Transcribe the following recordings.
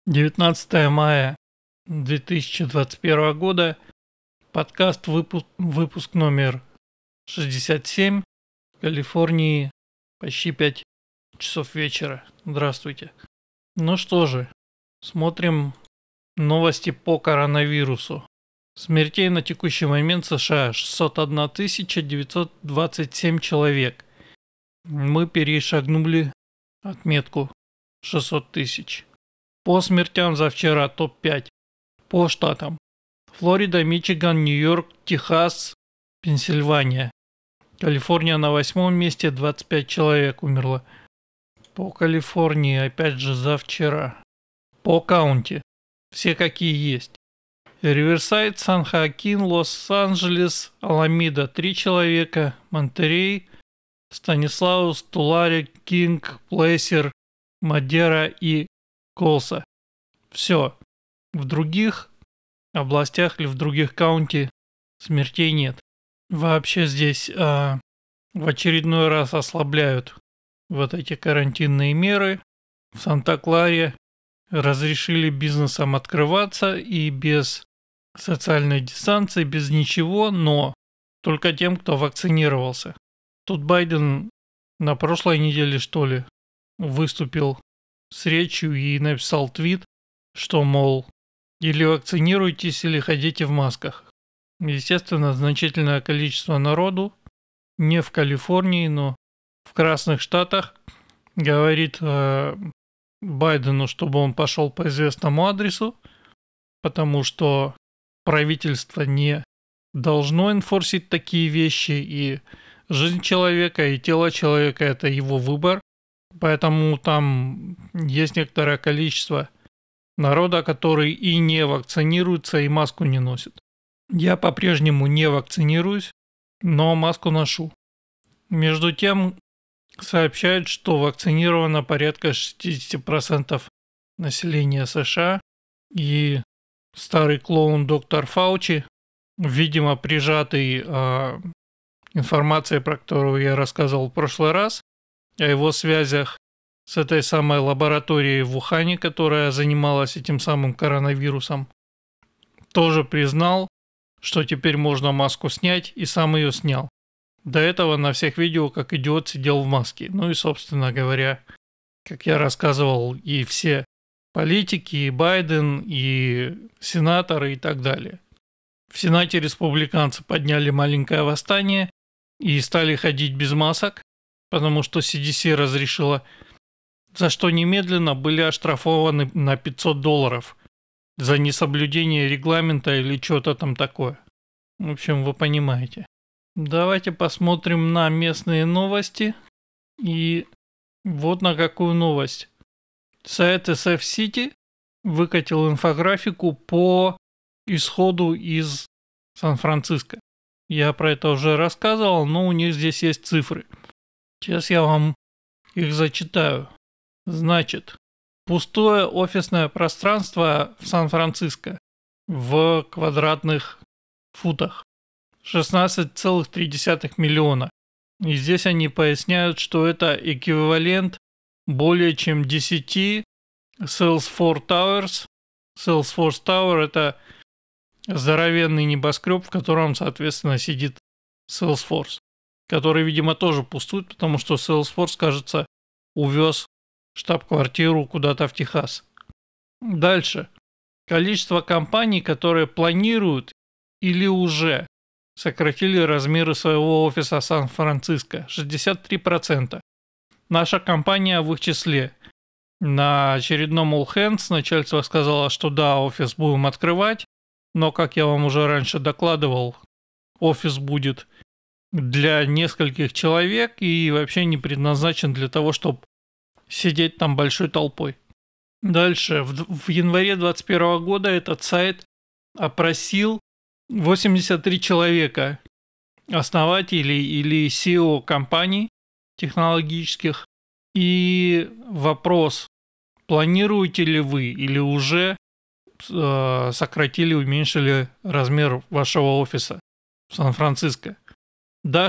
19 мая 2021 года. Подкаст выпуск номер 67. В Калифорнии почти 5 часов вечера. Здравствуйте. Ну что же, смотрим новости по коронавирусу. Смертей на текущий момент в США 601 927 человек. Мы перешагнули отметку 600 тысяч. По смертям за вчера топ-5 по штатам: Флорида, Мичиган, Нью-Йорк, Техас, Пенсильвания. Калифорния на 8 месте, 25 человек умерло. По Калифорнии опять же за вчера. По каунти все какие есть: Риверсайд, Сан-Хоакин, Лос-Анджелес, Аламида 3 человека, Монтерей, Станислаус, Туларе, Кинг, Плейсер, Мадера и Колса. Все. В других областях или в других каунти смертей нет. Вообще здесь в очередной раз ослабляют вот эти карантинные меры. В Санта-Кларе разрешили бизнесам открываться и без социальной дистанции, без ничего, но только тем, кто вакцинировался. Тут Байден на прошлой неделе, что ли, выступил с речью и написал твит, что, мол, или вакцинируйтесь, или ходите в масках. Естественно, значительное количество народу, не в Калифорнии, но в красных штатах, говорит Байдену, чтобы он пошел по известному адресу, потому что правительство не должно энфорсить такие вещи, и жизнь человека, и тело человека – это его выбор. Поэтому там есть некоторое количество народа, который и не вакцинируется, и маску не носит. Я по-прежнему не вакцинируюсь, но маску ношу. Между тем, сообщают, что вакцинировано порядка 60% населения США, и старый клоун доктор Фаучи, видимо, прижатый информацией, про которую я рассказывал в прошлый раз, о его связях с этой самой лабораторией в Ухане, которая занималась этим самым коронавирусом, тоже признал, что теперь можно маску снять, и сам ее снял. До этого на всех видео как идиот сидел в маске. Ну и, собственно говоря, как я рассказывал, и все политики, и Байден, и сенаторы и так далее. В Сенате республиканцы подняли маленькое восстание и стали ходить без масок, потому что CDC разрешила, за что немедленно были оштрафованы на $500 за несоблюдение регламента или что-то там такое. В общем, вы понимаете. Давайте посмотрим на местные новости. И вот на какую новость. Сайт SF City выкатил инфографику по исходу из Сан-Франциско. Я про это уже рассказывал, но у них здесь есть цифры. Сейчас я вам их зачитаю. Значит, пустое офисное пространство в Сан-Франциско в квадратных футах 16,3 миллиона. И здесь они поясняют, что это эквивалент более чем 10 Salesforce Towers. Salesforce Tower – это здоровенный небоскреб, в котором, соответственно, сидит Salesforce, который, видимо, тоже пустует, потому что Salesforce, кажется, увез штаб-квартиру куда-то в Техас. Дальше. Количество компаний, которые планируют или уже сократили размеры своего офиса Сан-Франциско. 63%. Наша компания в их числе. На очередном All Hands начальство сказало, что да, офис будем открывать, но, как я вам уже раньше докладывал, офис будет для нескольких человек и вообще не предназначен для того, чтобы сидеть там большой толпой. Дальше. В январе 2021 года этот сайт опросил 83 человека, основателей или CEO компаний технологических. И вопрос: планируете ли вы или уже сократили, уменьшили размер вашего офиса в Сан-Франциско? Да,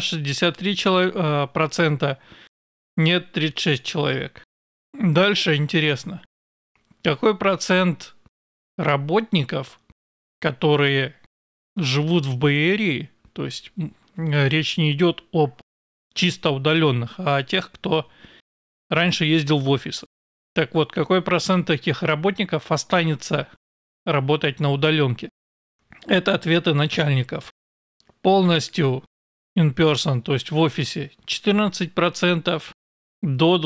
63%, нет, 36 человек. Дальше интересно. Какой процент работников, которые живут в Бэй-Эрии, то есть речь не идет об чисто удаленных, а о тех, кто раньше ездил в офисы. Так вот, какой процент таких работников останется работать на удаленке? Это ответы начальников. Полностью in person, то есть в офисе 14%, до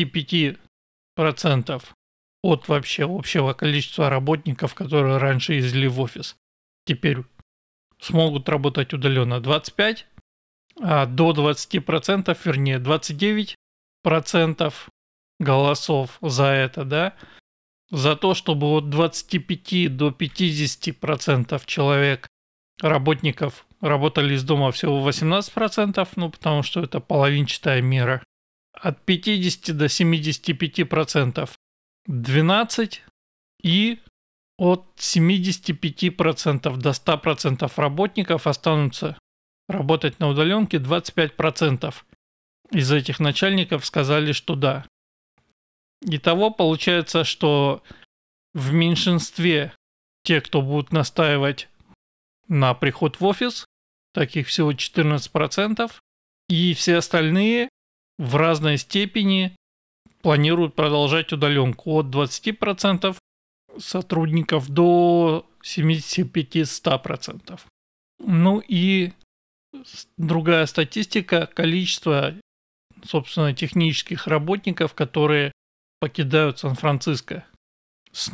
25% от вообще общего количества работников, которые раньше ездили в офис. Теперь смогут работать удаленно 25%, а до 20%, вернее 29% голосов за это, да, за то, чтобы от 25 до 50% человек, работников, работали из дома всего 18%, ну потому что это половинчатая мера. От 50 до 75% 12%, и от 75% до 100% работников останутся работать на удаленке 25%. Из этих начальников сказали, что да. Итого получается, что в меньшинстве те, кто будут настаивать на приход в офис, таких всего 14%, и все остальные в разной степени планируют продолжать удаленку от 20% сотрудников до 75-100%. Ну и другая статистика, количество, собственно, технических работников, которые покидают Сан-Франциско. С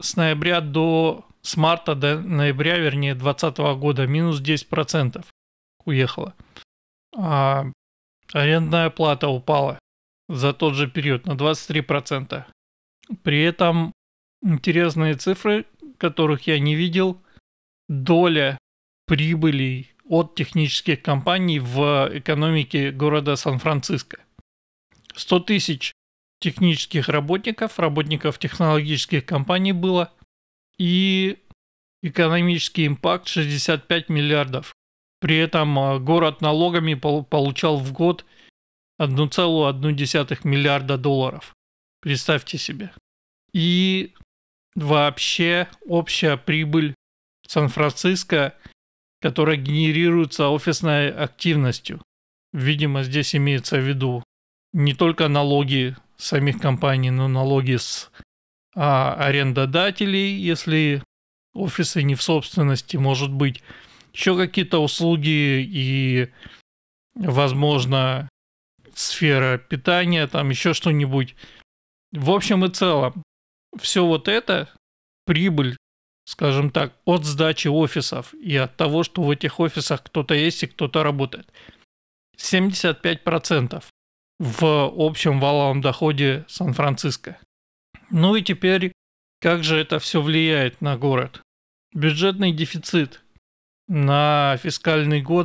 марта до ноября, вернее, 2020 года минус 10% уехало. А арендная плата упала за тот же период на 23%. При этом интересные цифры, которых я не видел, доля прибылей от технических компаний в экономике города Сан-Франциско. 100 тысяч технических работников технологических компаний было, и экономический импакт 65 миллиардов. При этом город налогами получал в год 1,1 миллиарда долларов. Представьте себе. И вообще общая прибыль Сан-Франциско, которая генерируется офисной активностью. Видимо, здесь имеется в виду не только налоги самих компаний, но налоги с арендодателей, если офисы не в собственности, может быть, еще какие-то услуги и, возможно, сфера питания, там еще что-нибудь. В общем и целом, все вот это прибыль, скажем так, от сдачи офисов и от того, что в этих офисах кто-то есть и кто-то работает. 75% в общем валовом доходе Сан-Франциско. Ну и теперь, как же это все влияет на город? Бюджетный дефицит на фискальный год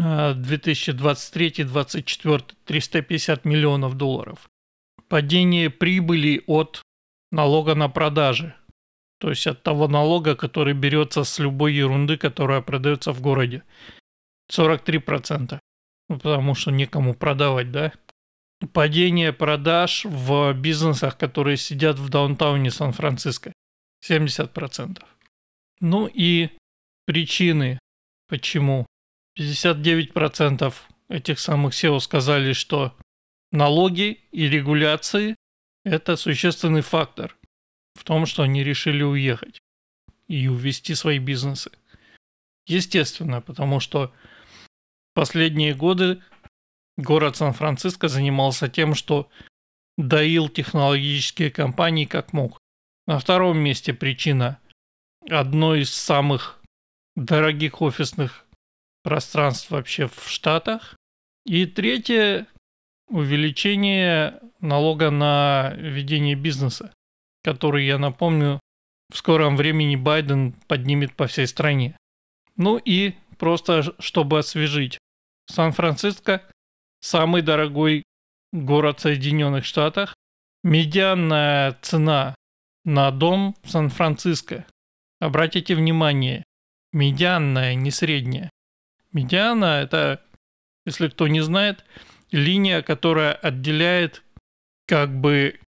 2023-2024 350 миллионов долларов. Падение прибыли от налога на продажи, то есть от того налога, который берется с любой ерунды, которая продается в городе. 43%. Ну, потому что некому продавать, да? Падение продаж в бизнесах, которые сидят в даунтауне Сан-Франциско. 70%. Ну и причины, почему. 59% этих самых SEO сказали, что налоги и регуляции – это существенный фактор в том, что они решили уехать и увести свои бизнесы. Естественно, потому что последние годы город Сан-Франциско занимался тем, что доил технологические компании как мог. На втором месте причина – одно из самых дорогих офисных пространств вообще в Штатах. И третье – увеличение налога на ведение бизнеса, который, я напомню, в скором времени Байден поднимет по всей стране. Ну и просто, чтобы освежить, Сан-Франциско – самый дорогой город в Соединенных Штатах. Медианная цена на дом в Сан-Франциско, обратите внимание, медианная, не средняя. Медиана – это, если кто не знает, линия, которая отделяет как бы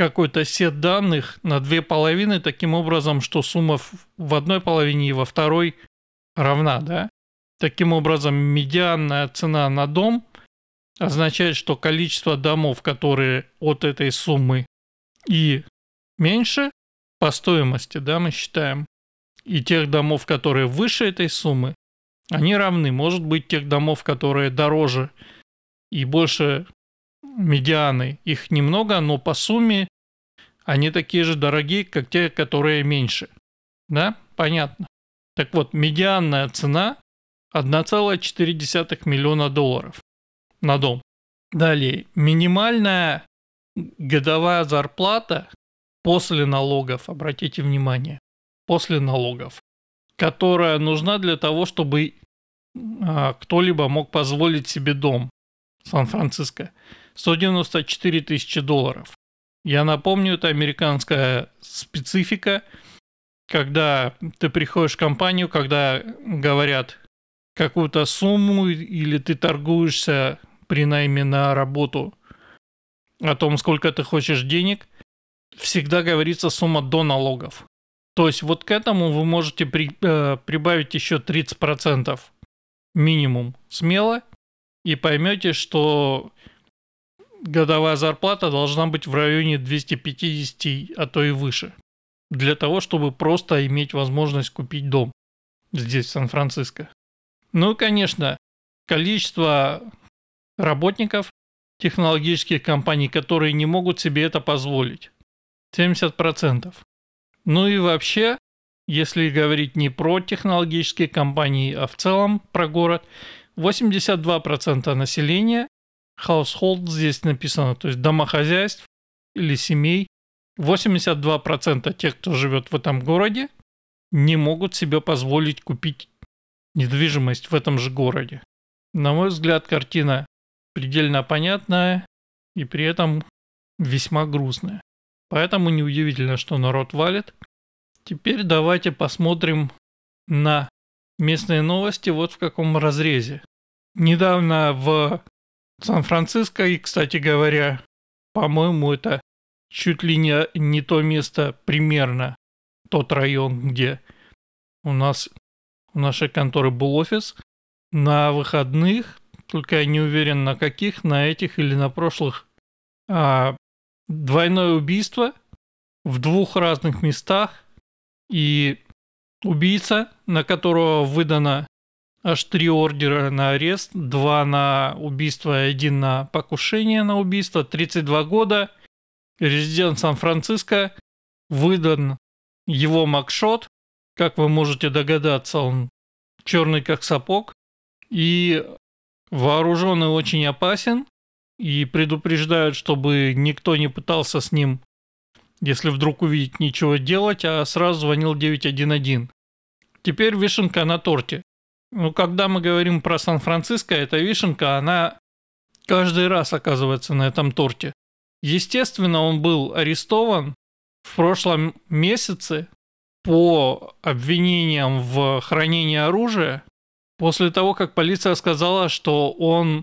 какой-то сет данных на две половины, таким образом, что сумма в одной половине и во второй равна, да? Таким образом, медианная цена на дом означает, что количество домов, которые от этой суммы и меньше по стоимости, да, мы считаем, и тех домов, которые выше этой суммы, они равны. Может быть, тех домов, которые дороже и больше медианы, их немного, но по сумме они такие же дорогие, как те, которые меньше. Да? Понятно. Так вот, медианная цена 1,4 миллиона долларов на дом. Далее, минимальная годовая зарплата после налогов, обратите внимание, после налогов, которая нужна для того, чтобы кто-либо мог позволить себе дом в Сан-Франциско. 194 тысячи долларов. Я напомню, это американская специфика, когда ты приходишь в компанию, когда говорят какую-то сумму или ты торгуешься при найме на работу о том, сколько ты хочешь денег, всегда говорится сумма до налогов. То есть вот к этому вы можете прибавить еще 30% минимум смело и поймете, что годовая зарплата должна быть в районе 250, а то и выше, для того, чтобы просто иметь возможность купить дом здесь, в Сан-Франциско. Ну и, конечно, количество работников технологических компаний, которые не могут себе это позволить. 70%. Ну и вообще, если говорить не про технологические компании, а в целом про город, 82% населения, household здесь написано, то есть домохозяйств или семей, 82% тех, кто живет в этом городе, не могут себе позволить купить недвижимость в этом же городе. На мой взгляд, картина предельно понятная и при этом весьма грустная. Поэтому неудивительно, что народ валит. Теперь давайте посмотрим на местные новости вот в каком разрезе. Недавно в Сан-Франциско, и, кстати говоря, по-моему, это чуть ли не то место, примерно тот район, где у нашей конторы был офис, на выходных, только я не уверен на каких, на этих или на прошлых, двойное убийство в двух разных местах, и убийца, на которого выдано аж 3 ордера на арест, 2 на убийство и 1 на покушение на убийство, 32 года, резидент Сан-Франциско, выдан его макшот, как вы можете догадаться, он черный как сапог, и вооружен и очень опасен, и предупреждают, чтобы никто не пытался с ним, если вдруг увидеть, ничего делать, а сразу звонил 911. Теперь вишенка на торте. Ну, когда мы говорим про Сан-Франциско, эта вишенка, она каждый раз оказывается на этом торте. Естественно, он был арестован в прошлом месяце по обвинениям в хранении оружия, после того, как полиция сказала, что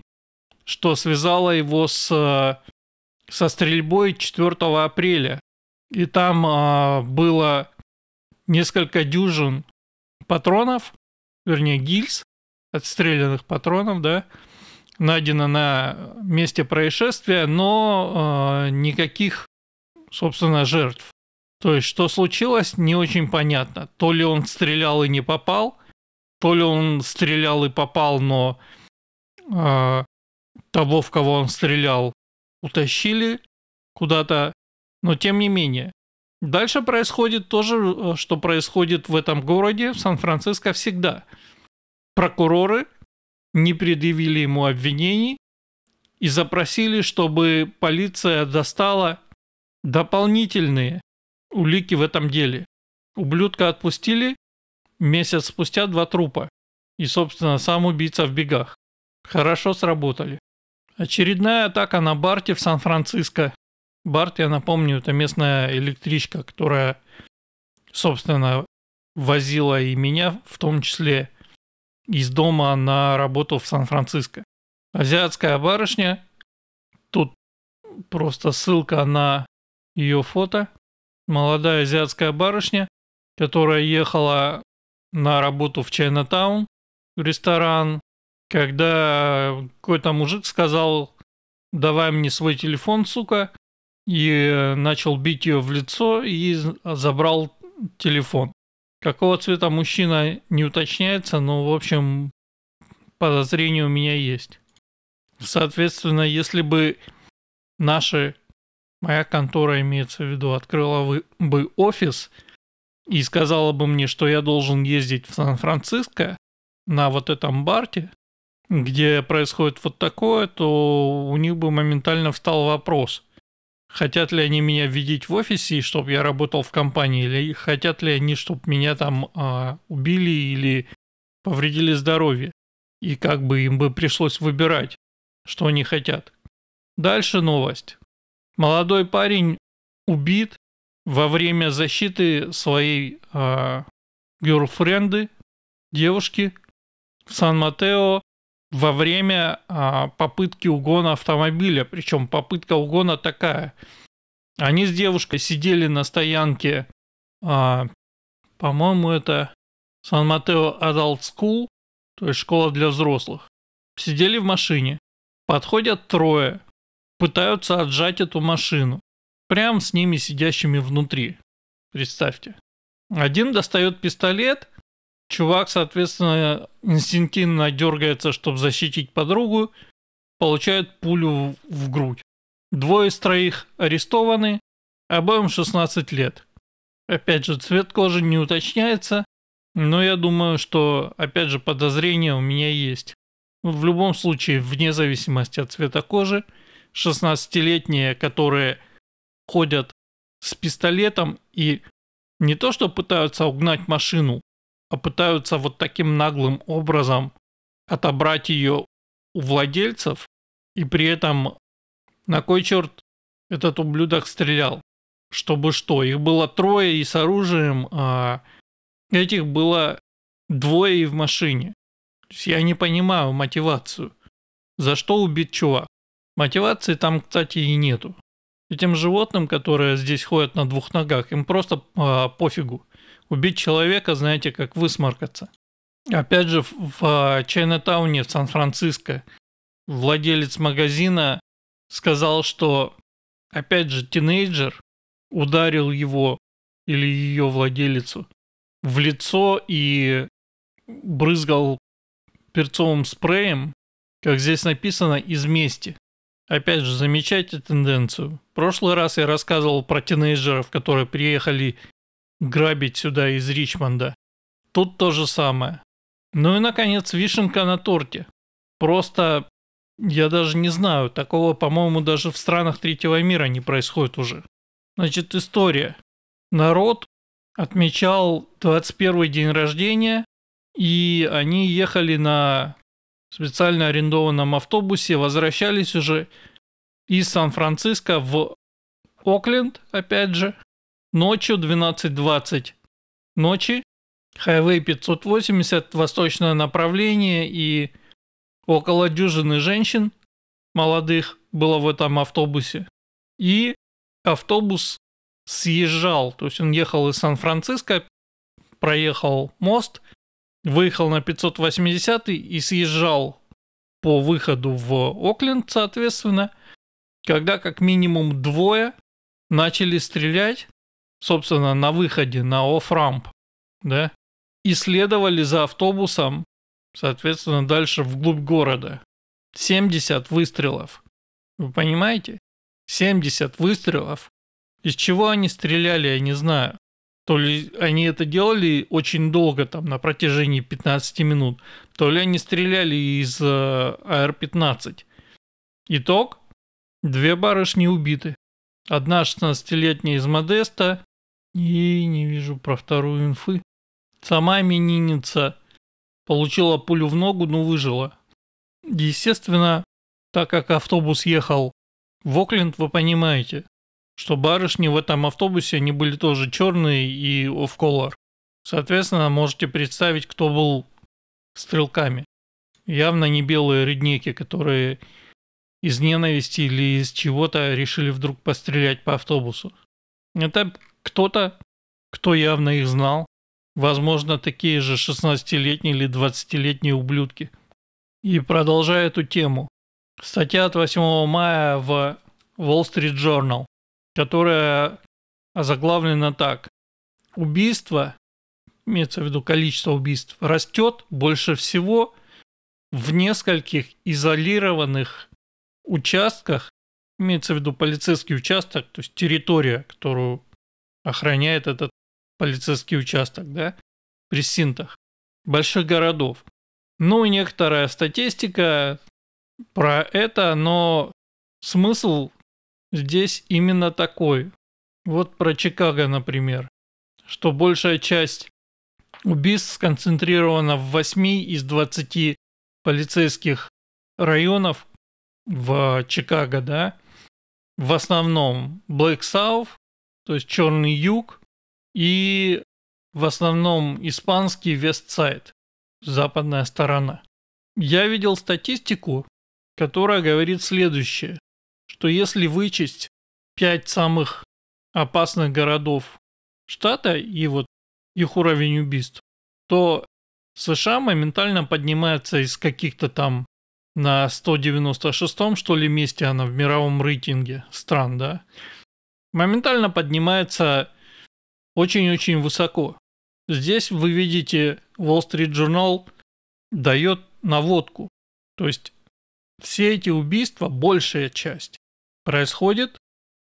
связала его со стрельбой 4 апреля. И там было несколько дюжин патронов, вернее гильз, отстрелянных патронов, да, найдено на месте происшествия, но никаких, собственно, жертв. То есть, что случилось, не очень понятно. То ли он стрелял и не попал, то ли он стрелял и попал, но того, в кого он стрелял, утащили куда-то. Но тем не менее. Дальше происходит то же, что происходит в этом городе, в Сан-Франциско всегда. Прокуроры не предъявили ему обвинений и запросили, чтобы полиция достала дополнительные улики в этом деле. Ублюдка отпустили, месяц спустя 2 трупа. И, собственно, сам убийца в бегах. Хорошо сработали. Очередная атака на Барти в Сан-Франциско. Барт, я напомню, это местная электричка, которая, собственно, возила и меня, в том числе, из дома на работу в Сан-Франциско. Азиатская барышня. Тут просто ссылка на ее фото. Молодая азиатская барышня, которая ехала на работу в Чайнатаун, в ресторан, когда какой-то мужик сказал: давай мне свой телефон, сука, и начал бить ее в лицо и забрал телефон. Какого цвета мужчина не уточняется, но, в общем, подозрение у меня есть. Соответственно, если бы моя контора, имеется в виду, открыла бы офис и сказала бы мне, что я должен ездить в Сан-Франциско на вот этом барте, где происходит вот такое, то у них бы моментально встал вопрос: хотят ли они меня видеть в офисе, чтобы я работал в компании, или хотят ли они, чтобы меня там убили или повредили здоровье. И как бы им бы пришлось выбирать, что они хотят. Дальше новость. Молодой парень убит во время защиты своей герлфренды, девушки, в Сан-Матео во время попытки угона автомобиля. Причем попытка угона такая. Они с девушкой сидели на стоянке, по-моему, это Сан-Матео Adult School, то есть школа для взрослых. Сидели в машине. Подходят трое. Пытаются отжать эту машину. Прям с ними сидящими внутри. Представьте. Один достает пистолет. Чувак, соответственно, инстинктивно дергается, чтобы защитить подругу. Получает пулю в грудь. Двое из троих арестованы. Обоим 16 лет. Опять же, цвет кожи не уточняется. Но я думаю, что, опять же, подозрение у меня есть. В любом случае, вне зависимости от цвета кожи, 16-летние, которые ходят с пистолетом и не то что пытаются угнать машину, а пытаются вот таким наглым образом отобрать ее у владельцев, и при этом на кой черт этот ублюдок стрелял? Чтобы что? Их было трое и с оружием, а этих было двое и в машине. То есть я не понимаю мотивацию. За что убит чувак? Мотивации там, кстати, и нету. Этим животным, которые здесь ходят на двух ногах, им просто пофигу. Убить человека, знаете, как высморкаться. Опять же, в Чайнатауне, в Сан-Франциско, владелец магазина сказал, что, опять же, тинейджер ударил его или ее владелицу в лицо и брызгал перцовым спреем, как здесь написано, из мести. Опять же, замечайте тенденцию. В прошлый раз я рассказывал про тинейджеров, которые приехали грабить сюда из Ричмонда. Тут то же самое. Ну и, наконец, вишенка на торте. Просто, я даже не знаю, такого, по-моему, даже в странах третьего мира не происходит уже. Значит, история. Народ отмечал 21-й день рождения, и они ехали на специально арендованном автобусе, возвращались уже из Сан-Франциско в Окленд, опять же, ночью 12:20 ночи, Хайвей 580, восточное направление, и около дюжины женщин молодых было в этом автобусе. И автобус съезжал, то есть он ехал из Сан-Франциско, проехал мост, выехал на 580 и съезжал по выходу в Окленд, соответственно, когда как минимум двое начали стрелять, собственно, на выходе, на офф-рамп, да, и следовали за автобусом, соответственно, дальше вглубь города. 70 выстрелов. Вы понимаете? 70 выстрелов. Из чего они стреляли, я не знаю. То ли они это делали очень долго, там, на протяжении 15 минут, то ли они стреляли из АР-15. Итог: две барышни убиты. Одна 16-летняя из Модеста, и не вижу про вторую инфы. Сама именинница получила пулю в ногу, но выжила. Естественно, так как автобус ехал в Окленд, вы понимаете, что барышни в этом автобусе, они были тоже черные и off-color. Соответственно, можете представить, кто был стрелками. Явно не белые реднеки, которые из ненависти или из чего-то решили вдруг пострелять по автобусу. Это кто-то, кто явно их знал. Возможно, такие же 16-летние или 20-летние ублюдки. И продолжая эту тему. Статья от 8 мая в Wall Street Journal, которая озаглавлена так. Убийство, имеется в виду количество убийств, растет больше всего в нескольких изолированных участках, имеется в виду полицейский участок, то есть территория, которую охраняет этот полицейский участок, да, в пресинтах больших городов. Ну и некоторая статистика про это, но смысл здесь именно такой. Вот про Чикаго, например, что большая часть убийств сконцентрирована в 8 из 20 полицейских районов в Чикаго, да, в основном Black South, то есть Черный Юг, и в основном испанский West Side, западная сторона. Я видел статистику, которая говорит следующее, что если вычесть 5 самых опасных городов штата и вот их уровень убийств, то США моментально поднимается из каких-то там на 196-м, что ли, месте она в мировом рейтинге стран, да, моментально поднимается очень-очень высоко. Здесь вы видите, Wall Street Journal дает наводку. То есть все эти убийства, большая часть, происходит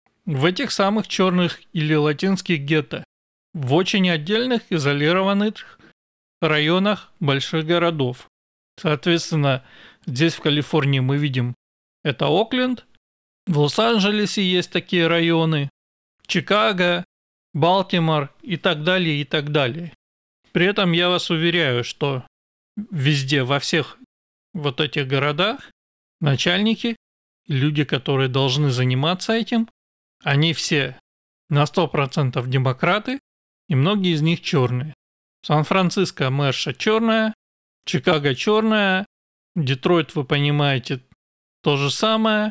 в этих самых черных или латинских гетто, в очень отдельных изолированных районах больших городов. Соответственно, здесь в Калифорнии мы видим это Окленд, в Лос-Анджелесе есть такие районы, Чикаго, Балтимор и так далее, и так далее. При этом я вас уверяю, что везде, во всех вот этих городах начальники, люди, которые должны заниматься этим, они все на 100% демократы, и многие из них черные. Сан-Франциско мэрша черная, Чикаго черная, Детройт, вы понимаете, то же самое.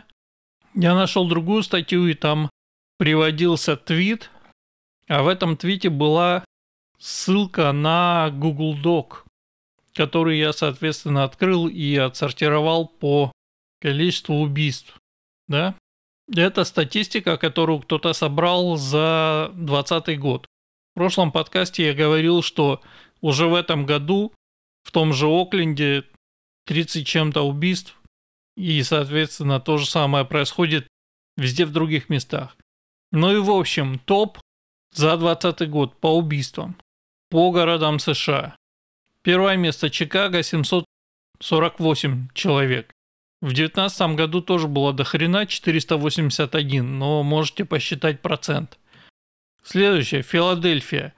Я нашел другую статью, и там приводился твит, а в этом твите была ссылка на Google Doc, который я, соответственно, открыл и отсортировал по количеству убийств. Да? Это статистика, которую кто-то собрал за 2020 год. В прошлом подкасте я говорил, что уже в этом году в том же Окленде 30 чем-то убийств, и, соответственно, то же самое происходит везде в других местах. Ну и в общем, топ за 2020 год по убийствам, по городам США. Первое место Чикаго, 748 человек. В 2019 году тоже было дохрена, 481, но можете посчитать процент. Следующее, Филадельфия,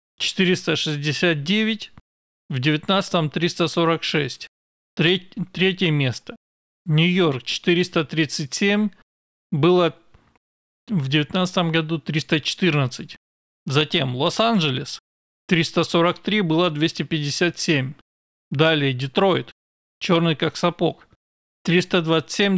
469, в 2019 346. Третье место. Нью-Йорк, 437, было в 2019 году 314. Затем Лос-Анджелес, 343, было 257. Далее Детройт, черный как сапог, 327,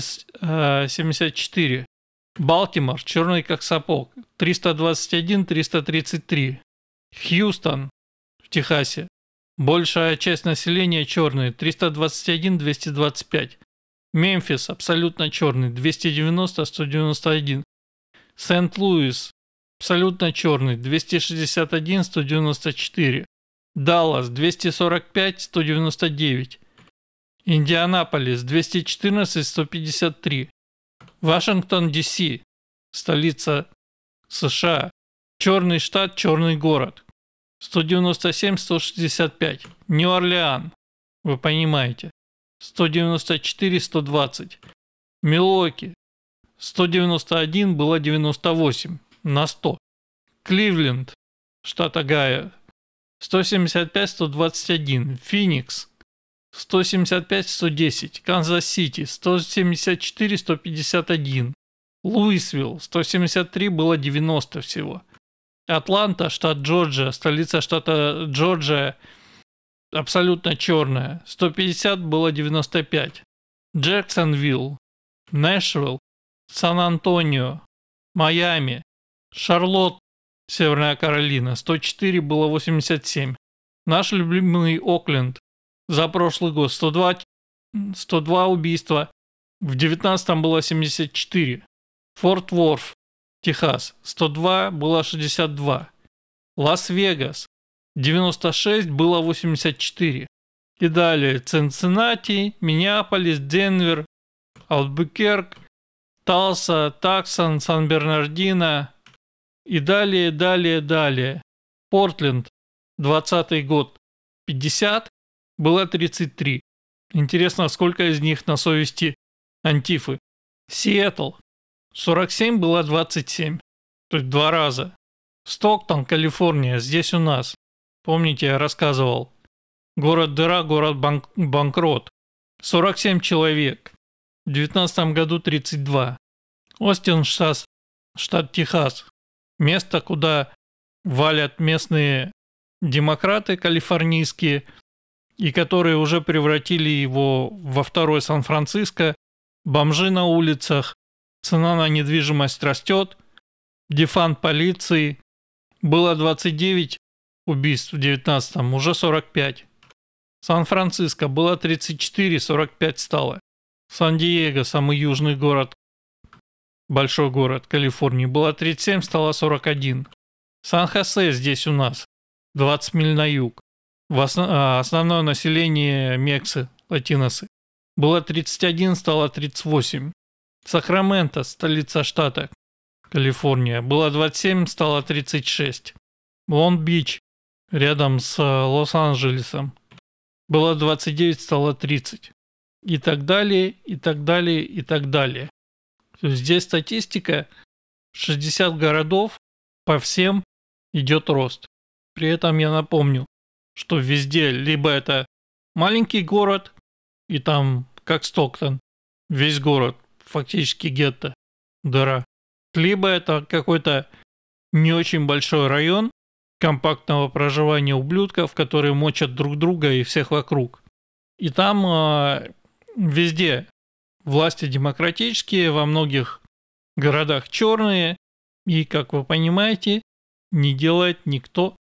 274. Балтимор, черный как сапог, 321, 333. Хьюстон в Техасе, большая часть населения черные, 321, 225. Мемфис, абсолютно черный, 290, 191. Сент-Луис, абсолютно черный, 261, 194. Даллас, 245, 199. Индианаполис, 214, 153. Вашингтон, Д.С., столица США, черный штат, черный город, 197, 165. Нью-Орлеан, вы понимаете, 194, 120. Милуоки, 191, было 98 на 100. Кливленд, штат Огайо, 175, 121. Феникс, 175, 110. Канзас-Сити, 174, 151. Луисвилл, 173, было 90 всего. Атланта, штат Джорджия, столица штата Джорджия, абсолютно черная, 150, было 95. Джексонвилл, Нэшвилл, Сан-Антонио, Майами, Шарлотт, Северная Каролина, 104 было 87. Наш любимый Окленд за прошлый год 102 убийства, в 19 было 74. Форт Уорф, Техас, 102 было 62. Лас-Вегас, 96 было 84. И далее Цинциннати, Миннеаполис, Денвер, Албукерк, Талса, Таксан, Сан-Бернардино и далее. Портленд, 20-й год, 50, было 33. Интересно, сколько из них на совести Антифы. Сиэтл, 47 было 27, то есть 2 раза. Стоктон, Калифорния, здесь у нас. Помните, я рассказывал. Город дыра, город банкрот. 47 человек. В 19 году 32. Остин, штат Техас. Место, куда валят местные демократы калифорнийские, и которые уже превратили его во второй Сан-Франциско. Бомжи на улицах. Цена на недвижимость растет. Дефанд полиции. Было 29 убийств в 19-м, уже 45. Сан-Франциско было 34, 45 стало. Сан-Диего, самый южный город, большой город Калифорнии, было 37, стало 41. Сан-Хосе здесь у нас, 20 миль на юг. Основное население Мексы, латиносы, было 31, стало 38. Сакраменто, столица штата Калифорния, было 27, стало 36. Лонг-Бич, рядом с Лос-Анджелесом, было 29, стало 30. И так далее, и так далее, и так далее. То есть здесь статистика, 60 городов, по всем идет рост. При этом я напомню, что везде либо это маленький город, и там, как Стоктон, весь город, фактически гетто, дыра. Либо это какой-то не очень большой район компактного проживания ублюдков, которые мочат друг друга и всех вокруг. И там везде власти демократические, во многих городах черные, и, как вы понимаете, не делает никто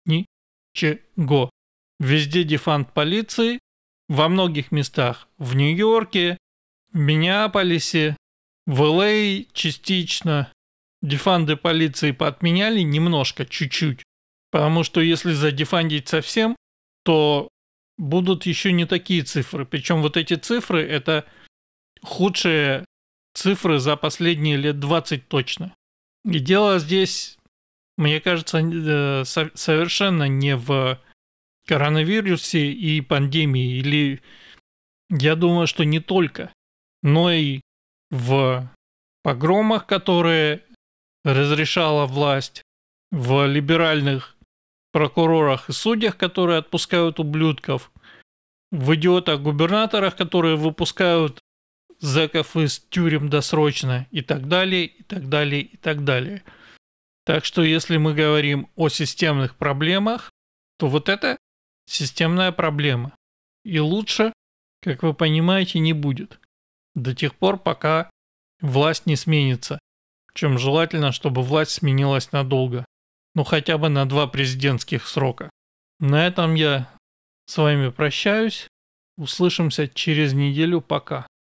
ничего. Везде дефанд полиции, во многих местах в Нью-Йорке, в Миннеаполисе, в Л.А. частично дефанды полиции поотменяли немножко, чуть-чуть. Потому что если задефандить совсем, то будут еще не такие цифры. Причем вот эти цифры – это худшие цифры за последние лет 20 точно. И дело здесь, мне кажется, совершенно не в коронавирусе и пандемии. Или я думаю, что не только, но и в погромах, которые разрешала власть, в либеральных прокурорах и судьях, которые отпускают ублюдков, в идиотах-губернаторах, которые выпускают зэков из тюрем досрочно, и так далее, и так далее, и так далее. Так что если мы говорим о системных проблемах, то вот это системная проблема. И лучше, как вы понимаете, не будет. До тех пор, пока власть не сменится. Причем желательно, чтобы власть сменилась надолго. Ну хотя бы на 2 президентских срока. На этом я с вами прощаюсь. Услышимся через неделю. Пока.